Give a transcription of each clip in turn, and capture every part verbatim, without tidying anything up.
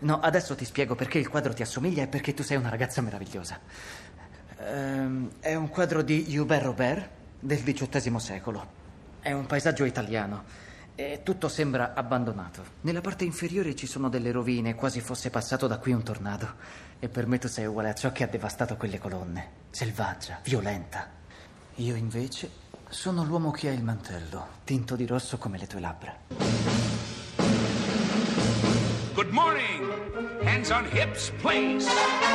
No, adesso ti spiego perché il quadro ti assomiglia e perché tu sei una ragazza meravigliosa. Ehm, è un quadro di Hubert Robert del diciottesimo secolo. È un paesaggio italiano e tutto sembra abbandonato. Nella parte inferiore ci sono delle rovine, quasi fosse passato da qui un tornado. E per me tu sei uguale a ciò che ha devastato quelle colonne. Selvaggia, violenta. Io invece sono l'uomo che ha il mantello, tinto di rosso come le tue labbra. Good morning. Hands on hips, please.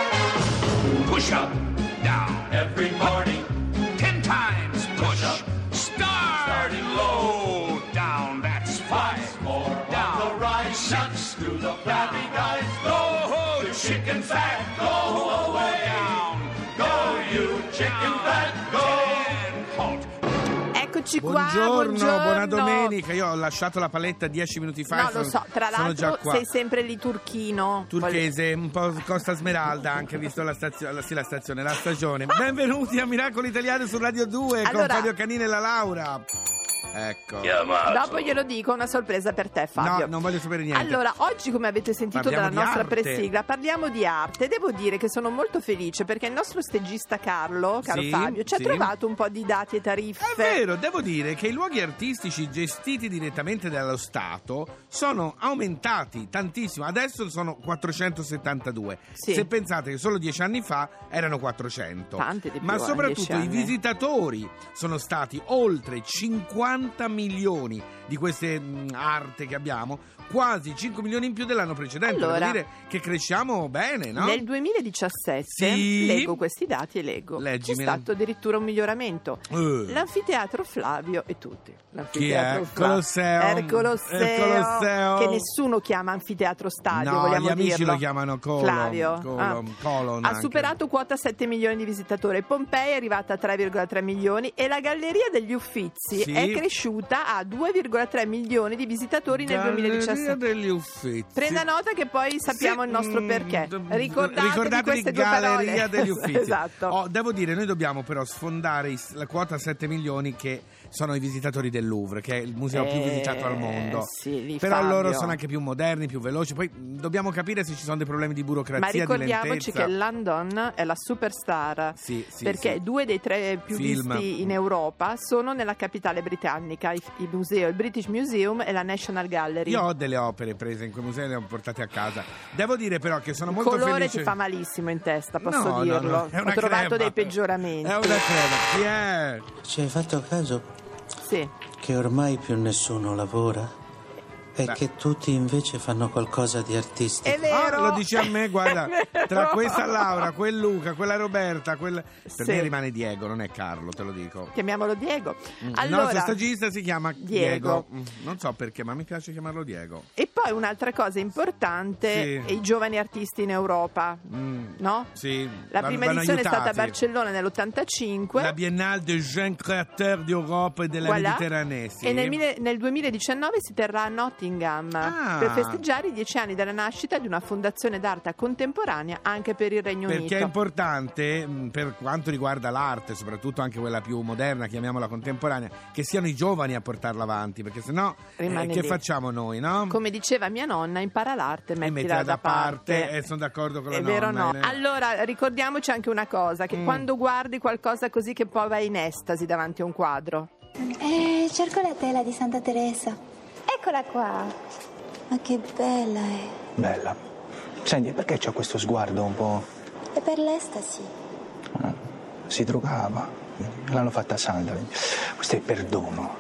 Push up, down. Every morning. Ten times push up. Start. Starting low. Down, that's five. More down. On the rise. Six. To the flabby guys. Go, the chicken fat. Go away. Down. Go, you chicken fat. Go. Ten. Halt. Eccoci qua, buongiorno, buongiorno, buona domenica. Io ho lasciato la paletta dieci minuti fa. No, sono, lo so, tra sono già l'altro qua. sei sempre lì turchino. Turchese, un po' Costa Smeralda, anche visto la stazione, sì, la stazione, la stagione. Benvenuti a Miracolo Italiano su Radio due Allora- con Fabio Canini e la Laura. Ecco. Dopo glielo dico, una sorpresa per te, Fabio. No, non voglio sapere niente. Allora, oggi, come avete sentito Parliamo dalla di nostra arte. pressigla, parliamo di arte. Devo dire che sono molto felice perché il nostro stagista Carlo, caro Sì, Fabio, ci sì. ha trovato un po' di dati e tariffe. È vero, devo dire che i luoghi artistici gestiti direttamente dallo Stato sono aumentati tantissimo. Adesso sono quattrocentosettantadue. Sì. Se pensate che solo dieci anni fa erano quattrocento. Tante di più, Ma eh, soprattutto dieci i anni. visitatori sono stati oltre cinquanta milioni di queste mh, arte che abbiamo, quasi cinque milioni in più dell'anno precedente. Allora, devo dire che cresciamo bene, no? Nel duemiladiciassette, Sì. leggo questi dati e leggo, c'è Leggimeli. stato addirittura un miglioramento. Eh. L'anfiteatro Flavio e tutti. Chi L'anfiteatro è? Flavio. Colosseo. È il Colosseo, Il Colosseo. che nessuno chiama anfiteatro stadio, No, vogliamo gli amici dirlo. lo chiamano Colon, Flavio. Colon, Ah. Colon Ha anche. superato quota sette milioni di visitatori. Pompei è arrivata a tre virgola tre milioni e la Galleria degli Uffizi Sì. è cresciuta a due virgola tre milioni di visitatori nel Galleria duemiladiciassette. degli Uffizi. Prenda nota che poi sappiamo Sì, il nostro mm, perché. d- Ricordatevi, ricordatevi queste due Galleria parole. degli Uffizi. Esatto. Oh, devo dire, noi dobbiamo però sfondare i- la quota sette milioni che sono i visitatori del Louvre, che è il museo più Eh, visitato al mondo. sì, lì, però Fabio. loro sono anche più moderni, più veloci. Poi mh, dobbiamo capire se ci sono dei problemi di burocrazia, Ma di ricordiamoci lentezza. che London è la superstar, Sì, sì, perché sì. due dei tre più Film. visti in Europa sono nella capitale britannica, i, i musei, il British Museum e la National Gallery. Io ho delle opere prese in quei musei e le ho portate a casa. Devo dire però che sono Il molto colore felice. ti fa malissimo in testa, posso No, no, dirlo. no, è Ho una trovato crema. dei peggioramenti. È una crema. Chi è? Ci hai fatto caso Sì. che ormai più nessuno lavora? E Beh. che tutti invece fanno qualcosa di artistico? È vero. Ah, lo dici a me, guarda, È vero. tra questa Laura, quel Luca, quella Roberta, quel... per Sì. me rimane Diego, non è Carlo, te lo dico. Chiamiamolo Diego. Il Allora, nostro stagista si chiama Diego. Diego. Mm, Non so perché, ma mi piace chiamarlo Diego. e poi un'altra cosa importante Sì. è i giovani artisti in Europa, Mm, no? Sì, La vanno- prima vanno edizione è stata a aiutati. Barcellona nell'ottantacinque. La Biennale des Jeunes Créateurs d'Europe e della Voilà. Mediterranée. Sì. E nel, mille- nel duemiladiciannove si terrà a Nottingham Ah. per festeggiare i dieci anni dalla nascita di una fondazione d'arte contemporanea anche per il Regno Perché Unito. è importante, mh, per quanto riguarda l'arte, soprattutto anche quella più moderna, chiamiamola contemporanea, che siano i giovani a portarla avanti, perché sennò eh, Rimane che lì. facciamo noi, no? Come diceva mia nonna, impara l'arte, E mettila, mettila da parte, parte. e sono d'accordo con la È vero o nonna. no? eh. Allora, ricordiamoci anche una cosa, che Mm. quando guardi qualcosa così che poi vai in estasi davanti a un quadro. Eh, cerco la tela di Santa Teresa. Eccola qua. Ma che bella è. Bella. Senti, perché c'ha questo sguardo un po'... È per l'estasi. ah, si drogava. L'hanno fatta salda. vedi. Questo è perdono.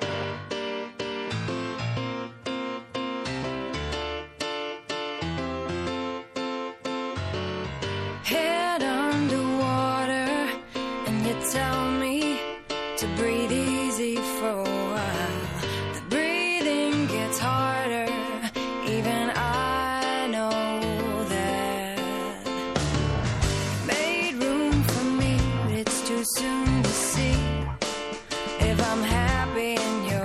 Head underwater, and you tell me to breathe easy for a while. The breathing gets harder, even I know that. Made room for me, but it's too soon to see if I'm happy in your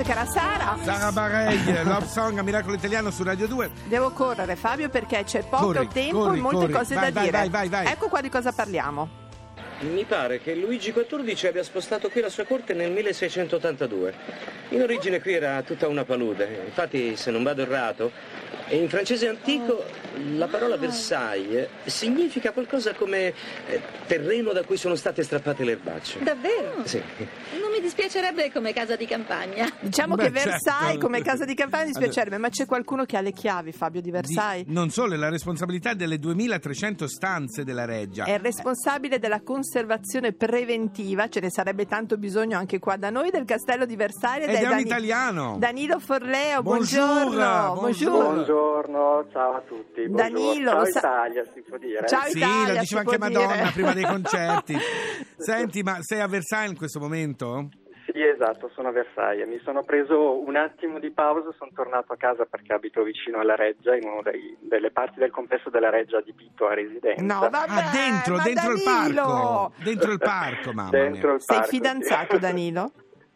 che era Sara. Sara Bareilles, Love Song a Miracolo Italiano su Radio due. Devo correre, Fabio, perché c'è poco Corri, tempo corri, e molte corri. cose Vai, da vai, dire. vai, vai, vai. Ecco qua di cosa parliamo. Mi pare che Luigi quattordici abbia spostato qui la sua corte nel milleseicentottantadue. In origine qui era tutta una palude, infatti se non vado errato, in francese antico la parola Versailles significa qualcosa come eh, terreno da cui sono state strappate le erbacce. Davvero? Sì. Non mi dispiacerebbe come casa di campagna. Diciamo Beh, che Versailles certo. come casa di campagna dispiacerebbe, ma c'è qualcuno che ha le chiavi, Fabio, di Versailles? Di- non solo, è la responsabilità delle duemilatrecento stanze della Reggia. È il responsabile della conservazione preventiva, ce ne sarebbe tanto bisogno anche qua da noi, del castello di Versailles. Ed ed è un Dani- italiano. Danilo Forleo, Bonjour, buongiorno. bonjour. Buongiorno, ciao a tutti. Buongiorno. Danilo, ciao sa- Italia, si può dire. Ciao Sì, Italia, lo si diceva può anche Madonna dire. prima dei concerti. Senti, ma sei a Versailles in questo momento? Sì, esatto, sono a Versailles. Mi sono preso un attimo di pausa, sono tornato a casa perché abito vicino alla Reggia, in una delle parti del complesso della Reggia adibito a residenza. No, vabbè, Ah, dentro, ma dentro il Danilo! parco. Dentro il parco, mamma Dentro mia. il Sei parco, fidanzato, sì. Danilo?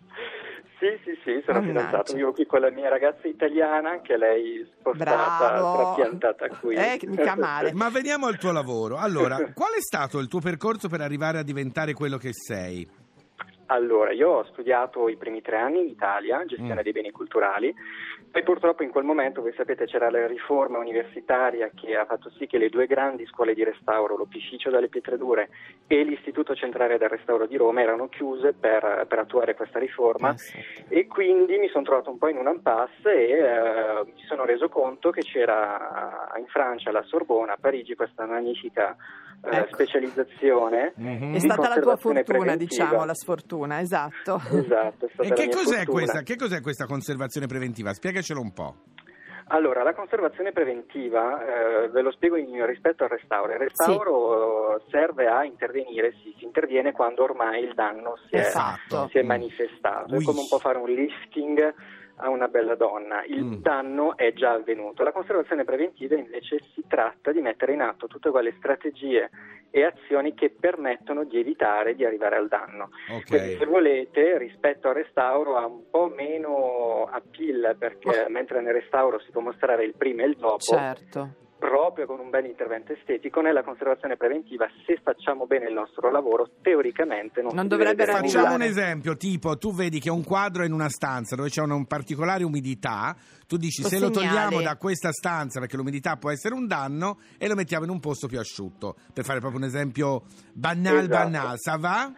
Sì, sì, sì, sono Mannaggia. fidanzato. Vivo qui con la mia ragazza italiana, anche lei spostata, Bravo. trapiantata qui. Eh, mica male. Ma veniamo al tuo lavoro. Allora, qual è stato il tuo percorso per arrivare a diventare quello che sei? Allora, io ho studiato i primi tre anni in Italia, gestione Mm. dei beni culturali, poi purtroppo in quel momento, voi sapete, c'era la riforma universitaria che ha fatto sì che le due grandi scuole di restauro, l'Opificio delle Pietredure e l'Istituto Centrale del Restauro di Roma, erano chiuse per, per attuare questa riforma e quindi mi sono trovato un po' in un impasse e eh, mi sono reso conto che c'era in Francia, alla Sorbona, a Parigi, questa magnifica eh, Ecco. specializzazione. Mm-hmm. È di stata la tua conservazione fortuna, preventiva. diciamo, la sfortuna, esatto. Esatto, è stata E la che mia cos'è, fortuna. questa, che cos'è questa conservazione preventiva? Spiegacelo un po'. Allora, la conservazione preventiva, eh, ve lo spiego in, rispetto al restauro. Il restauro eh, serve a intervenire, sì, si interviene quando ormai il danno si è, Esatto. si è manifestato. Ui. È come un po' fare un lifting a una bella donna. Il Mm. danno è già avvenuto. La conservazione preventiva invece si tratta di mettere in atto tutte quelle strategie e azioni che permettono di evitare di arrivare al danno. Ok. Quindi, se volete, rispetto al restauro ha un po' meno appeal, perché mentre nel restauro si può mostrare il prima e il dopo, Certo. proprio con un bel intervento estetico, nella conservazione preventiva, se facciamo bene il nostro lavoro, teoricamente non, Non si dovrebbero deve Facciamo arrivare. un esempio, tipo tu vedi che un quadro è in una stanza dove c'è una un particolare umidità, tu dici Lo se lo segnali. togliamo da questa stanza perché l'umidità può essere un danno e lo mettiamo in un posto più asciutto, per fare proprio un esempio banal Esatto. banal, ça va?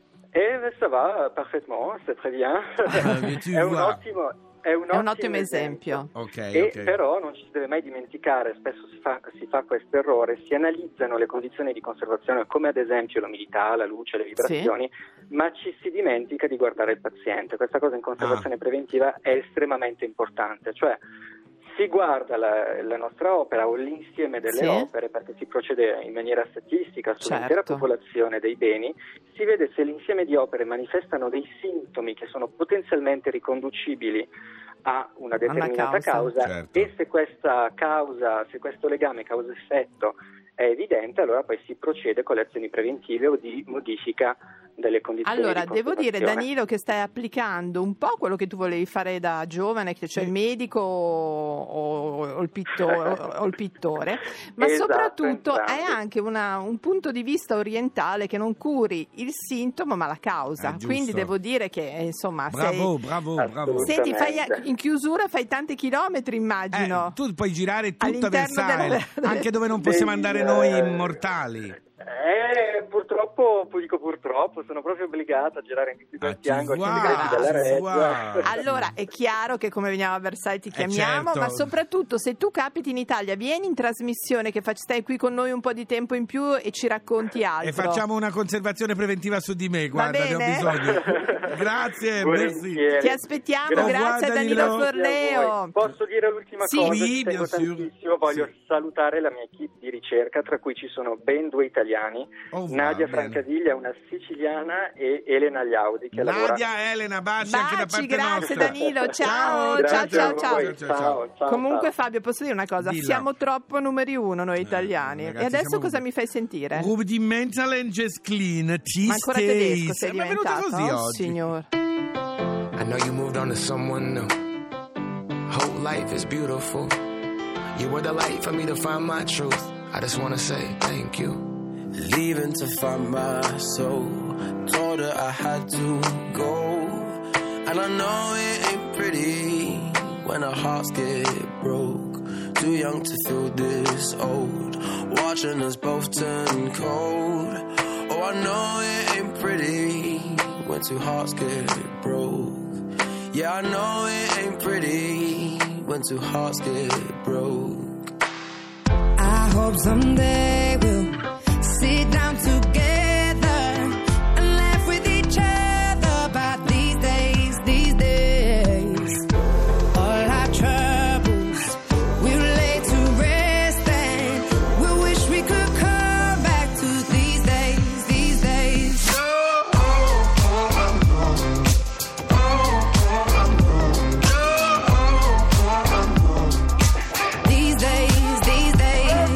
Eh, ça va, parfaitement, c'est très bien. Ah, mais tu è un vois. ottimo, è un È un ottimo ottimo esempio. Ok, E ok. però non ci si deve mai dimenticare, spesso si fa, si fa questo errore, si analizzano le condizioni di conservazione come ad esempio l'umidità, la luce, le vibrazioni, ma ci si dimentica di guardare il paziente. Questa cosa in conservazione Ah. preventiva è estremamente importante, cioè si guarda la, la nostra opera o l'insieme delle Sì. opere, perché si procede in maniera statistica sull'intera Certo. popolazione dei beni, si vede se l'insieme di opere manifestano dei sintomi che sono potenzialmente riconducibili a una determinata causa. causa, Certo. e se questa causa, se questo legame causa-effetto è evidente, allora poi si procede con le azioni preventive o di modifica delle condizioni Allora, di devo dire, conservazione. Danilo, che stai applicando un po' quello che tu volevi fare da giovane, che cioè il medico o, o il, pitto- o il pittore, ma Esatto, soprattutto entrambi. hai anche una- un punto di vista orientale che non curi il sintomo ma la causa. Eh, giusto. Quindi devo dire che, eh, insomma, Bravo, sei... bravo, bravo. Assolutamente. Senti, fai, in chiusura fai tanti chilometri, immagino. Eh, tu puoi girare tutta All'interno Versailles, della- anche dove non possiamo Sì, andare eh, noi mortali. Eh, purtroppo, dico purtroppo, sono proprio obbligata a girare in tutti questi Ah, tu angoli vois, segreti della tu Reggia. vois. Allora, è chiaro che come veniamo a Versailles ti Eh, chiamiamo, certo. ma soprattutto se tu capiti in Italia, vieni in trasmissione, che fac- stai qui con noi un po' di tempo in più e ci racconti altro. E facciamo una conservazione preventiva su di me, Va guarda, ne ho bene? bisogno. Grazie, merci. Volentieri. Ti aspettiamo, Au revoir, grazie a Danilo Danilo. Forleo. Posso dire l'ultima Sì. cosa? Oui, Ci tengo bien sûr. tantissimo, voglio Sì. salutare la mia equipe di ricerca, tra cui ci sono ben due italiani, Oh, Nadia va bene. Francadiglia, una siciliana, e Elena Gliaudi, che lavora... Nadia, Elena, baci, anche da Baci, parte grazie nostra. Danilo, ciao, Grazie ciao, a ciao, voi. ciao. Ciao, ciao, Comunque ciao. Fabio, posso dire una cosa, Dilla. siamo troppo numeri uno noi italiani. ragazzi, e adesso siamo- cosa mi fai sentire? Rudimental and just clean, Ma ancora tedesco sei Ma è venuta diventato? così Oh, oggi. signor. A know you moved on to someone new. Whole life is beautiful. You were the light for me to find my truth. I just wanna say thank you. Leaving to find my soul. Told her I had to go. And I know it ain't pretty when our hearts get broke. Too young to feel this old. Watching us both turn cold. Oh, I know it ain't pretty when two hearts get broke. Yeah, I know it ain't pretty when two hearts get broke. I hope someday we'll sit down together and laugh with each other about these days, these days. All our troubles we'll lay to rest and we'll wish we could come back to these days, these days. These days, these days.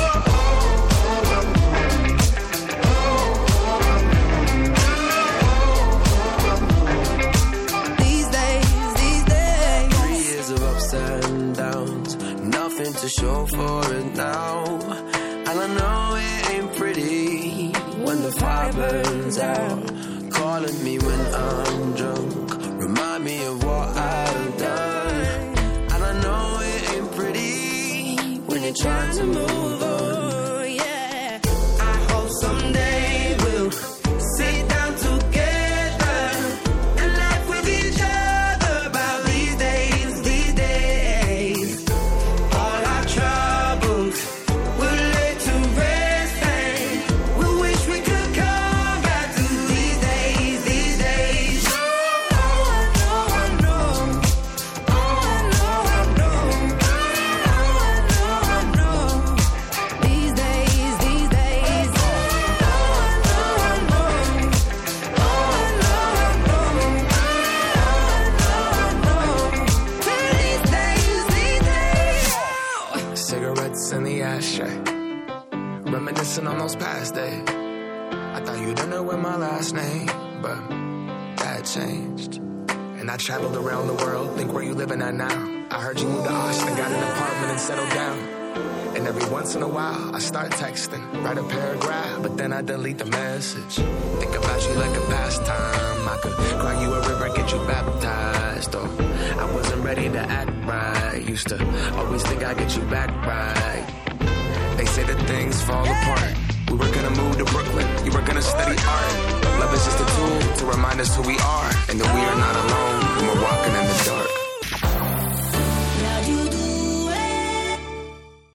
These days, these days. Three years of ups and downs, nothing to show for it now. And I know it ain't pretty when the fire burns out. Calling me when I'm drunk, remind me of what I've done. And I know it ain't pretty when you're trying to move on. Yeah, I hope someday we'll sit down together and laugh with each other about these days, these days. All our troubles we'll lay to rest and we'll wish we could come back to these days, these days. Oh, I know, I know. Oh, I know, I know. Oh, I know, I know. These days, these days. Oh, I know, I know. Oh, I know, I know. Oh, I know, I know. These days, these days. Cigarettes in the ashtray, reminiscing on those past days. I thought you didn't know my last name, but that changed. And I traveled around the world, think where you living at now. I heard you moved to Austin, got an apartment and settled down. And every once in a while, I start texting, write a paragraph, but then I delete the message. Think about you like a pastime. I could cry you a river, get you baptized. Oh, I wasn't ready to act right. Used to always think I'd get you back right. They say that things fall apart. We were gonna move to Brooklyn, you were gonna study art. Love is just a tool to remind us who we are, and that we are not alone when we're walking in the dark.